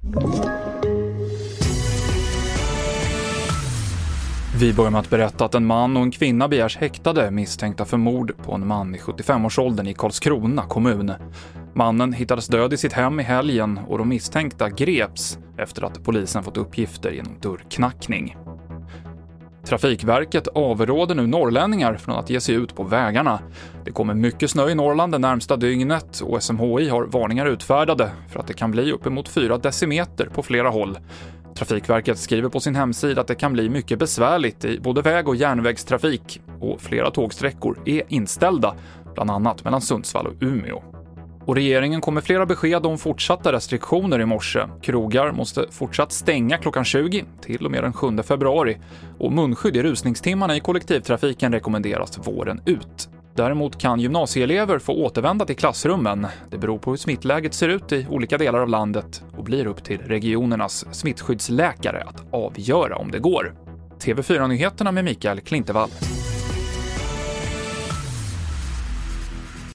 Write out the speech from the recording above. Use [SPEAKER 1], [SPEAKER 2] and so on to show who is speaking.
[SPEAKER 1] Vi börjar med att berätta att en man och en kvinna begärs häktade misstänkta för mord på en man i 75-årsåldern i Karlskrona kommun. Mannen hittades död i sitt hem i helgen och de misstänkta greps efter att polisen fått uppgifter genom dörrknackning. Trafikverket avråder nu norrlänningar från att ge sig ut på vägarna. Det kommer mycket snö i Norrland det närmsta dygnet och SMHI har varningar utfärdade för att det kan bli uppemot 4 decimeter på flera håll. Trafikverket skriver på sin hemsida att det kan bli mycket besvärligt i både väg- och järnvägstrafik och flera tågsträckor är inställda, bland annat mellan Sundsvall och Umeå. Och regeringen kommer flera besked om fortsatta restriktioner i morse. Krogar måste fortsatt stänga klockan 20 till och med den 7 februari och munskydd i rusningstimmarna i kollektivtrafiken rekommenderas våren ut. Däremot kan gymnasieelever få återvända till klassrummen. Det beror på hur smittläget ser ut i olika delar av landet och blir upp till regionernas smittskyddsläkare att avgöra om det går. TV4-nyheterna med Mikael Klintevall.